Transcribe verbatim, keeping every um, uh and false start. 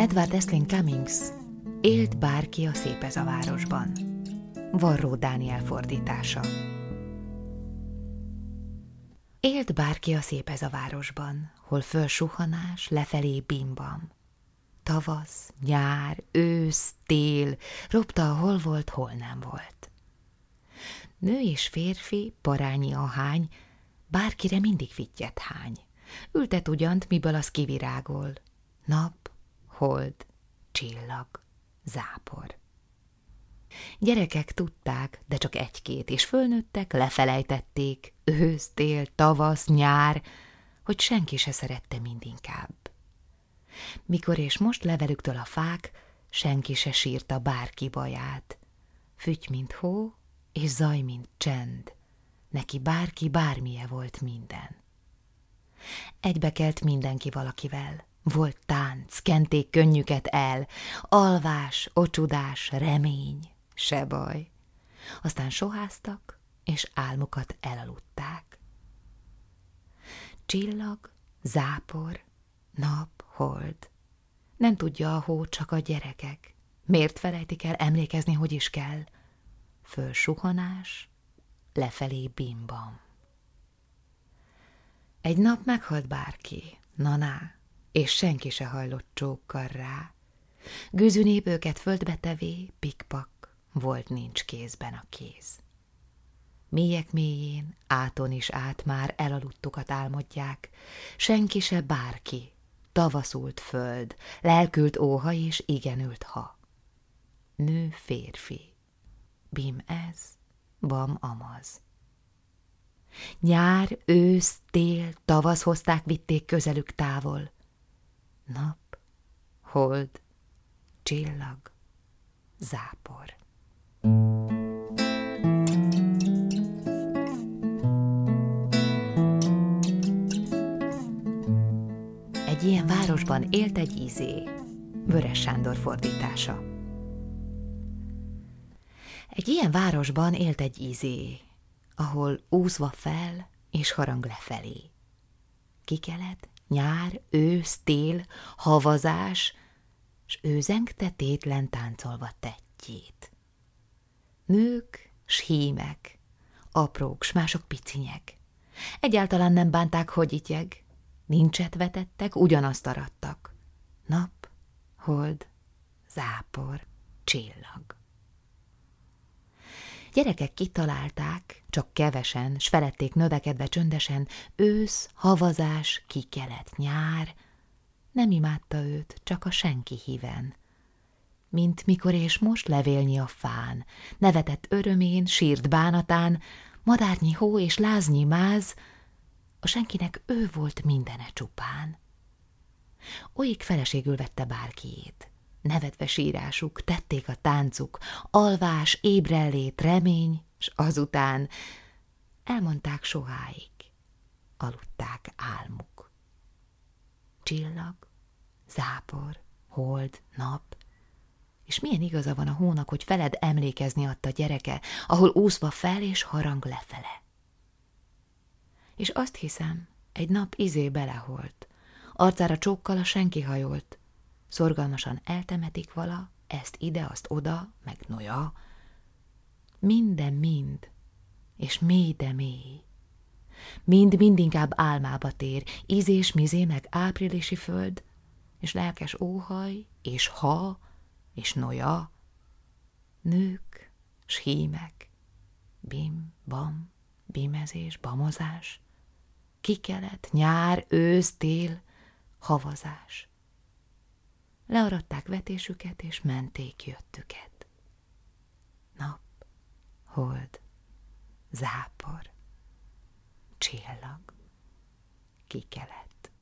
Edward Estlin Cummings, Élt bárki a szép ez a városban. Varró Dániel fordítása. Élt bárki a szép ez a városban, hol fölsuhanás, lefelé bimbam. Tavasz, nyár, ősz, tél, ropta, hol volt, hol nem volt. Nő és férfi, parányi ahány, bárkire mindig fittyet hány. Ültet ugyant, miből az kivirágol. Nap, hold, csillag, zápor. Gyerekek tudták, de csak egy-két, és fölnőttek, lefelejtették, ősz, tél, tavasz, nyár, hogy senki se szerette mindinkább. Mikor és most levelüktől a fák, senki se sírta bárki baját. Füty, mint hó, és zaj, mint csend, neki bárki bármilyen volt minden. Egybekelt mindenki valakivel, volt tánc, kenték könnyüket el, alvás, ocsudás, remény, se baj. Aztán soháztak, és álmukat elaludták. Csillag, zápor, nap, hold. Nem tudja a hó, csak a gyerekek. Miért felejtik el emlékezni, hogy is kell? Fölsuhanás, lefelé bimbam. Egy nap meghalt bárki, na-na, és senki se hajlott csókkal rá. Gőzűnép őket földbe tevé, pikpak, volt nincs kézben a kéz. Mélyek mélyén, áton is át már elaludtukat álmodják, senki se bárki, tavaszult föld, lelkült óha és igenült ha. Nő férfi, bim ez, bam amaz. Nyár, ősz, tél, tavasz hozták, vitték közelük távol. Nap, hold, csillag, zápor. Egy ilyen városban élt egy izé, Vörös Sándor fordítása. Egy ilyen városban élt egy izé, ahol úszva fel és harang lefelé. Kikelet, nyár, ősz, tél, havazás, s ő zengte tétlen táncolva tettyét. Nők s hímek, aprók s mások picinyek, egyáltalán nem bánták, hogy ityeg, nincset vetettek, ugyanazt arattak. Nap, hold, zápor, csillag. Gyerekek kitalálták, csak kevesen, s felették növekedve csöndesen, ősz, havazás, kikelet, nyár, nem imádta őt, csak a senki híven. Mint mikor és most levélnyi a fán, nevetett örömén, sírt bánatán, madárnyi hó és láznyi máz, a senkinek ő volt mindene csupán. Olyik feleségül vette bárkiét, nevetve sírásuk, tették a táncuk, alvás, ébrellét, remény, s azután elmondták soháig, aludták álmuk. Csillag, zápor, hold, nap, és milyen igaza van a hónak, hogy feled emlékezni adta gyereke, ahol úszva fel és harang lefele. És azt hiszem, egy nap izé beleholt, arcára csókkal a senki hajolt, szorgalmasan eltemetik vala, ezt ide, azt oda, meg noja. Minden mind, és mély de mély. Mind mindinkább álmába tér, ízés, mizé, meg áprilisi föld, és lelkes óhaj, és ha, és noja. Nők, s hímek, bim, bam, bimezés, bamozás, kikelet, nyár, ősz, tél, havazás. Learadták vetésüket, és menték jöttüket. Nap, hold, zápor, csillag, kikelet.